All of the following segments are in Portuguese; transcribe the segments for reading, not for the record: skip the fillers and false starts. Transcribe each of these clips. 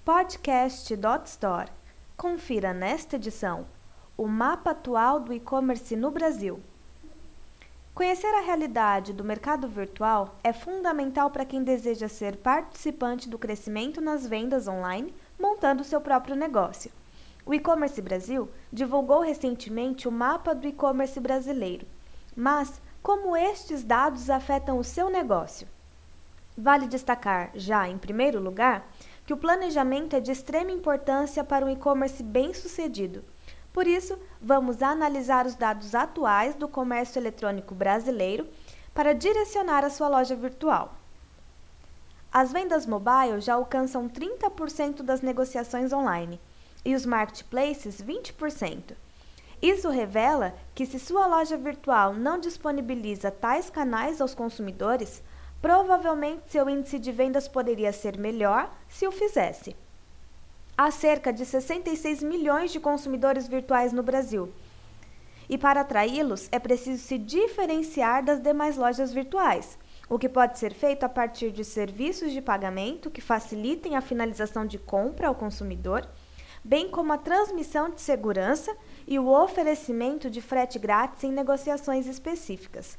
Podcast.Store. Confira nesta edição o mapa atual do e-commerce no Brasil. Conhecer a realidade do mercado virtual é fundamental para quem deseja ser participante do crescimento nas vendas online, montando seu próprio negócio. O E-Commerce Brasil divulgou recentemente o mapa do e-commerce brasileiro. Mas como estes dados afetam o seu negócio? Vale destacar, já em primeiro lugar, que o planejamento é de extrema importância para um e-commerce bem-sucedido. Por isso, vamos analisar os dados atuais do comércio eletrônico brasileiro para direcionar a sua loja virtual. As vendas mobile já alcançam 30% das negociações online e os marketplaces 20%. Isso revela que se sua loja virtual não disponibiliza tais canais aos consumidores, provavelmente seu índice de vendas poderia ser melhor se o fizesse. Há cerca de 66 milhões de consumidores virtuais no Brasil. E para atraí-los é preciso se diferenciar das demais lojas virtuais, o que pode ser feito a partir de serviços de pagamento que facilitem a finalização de compra ao consumidor, bem como a transmissão de segurança e o oferecimento de frete grátis em negociações específicas.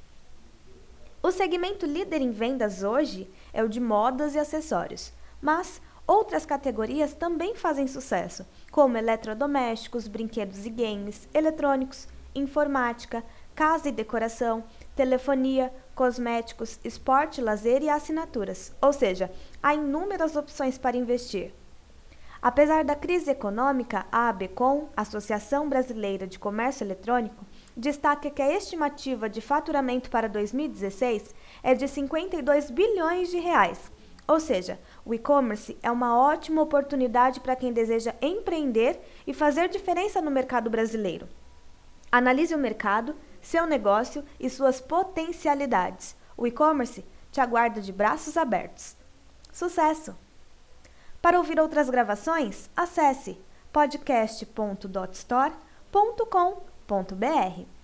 O segmento líder em vendas hoje é o de modas e acessórios, mas outras categorias também fazem sucesso, como eletrodomésticos, brinquedos e games, eletrônicos, informática, casa e decoração, telefonia, cosméticos, esporte, lazer e assinaturas, ou seja, há inúmeras opções para investir. Apesar da crise econômica, a ABECOM, Associação Brasileira de Comércio Eletrônico, destaca que a estimativa de faturamento para 2016 é de 52 bilhões de reais. Ou seja, o e-commerce é uma ótima oportunidade para quem deseja empreender e fazer diferença no mercado brasileiro. Analise o mercado, seu negócio e suas potencialidades. O e-commerce te aguarda de braços abertos. Sucesso! Para ouvir outras gravações, acesse podcast.dotstore.com.br.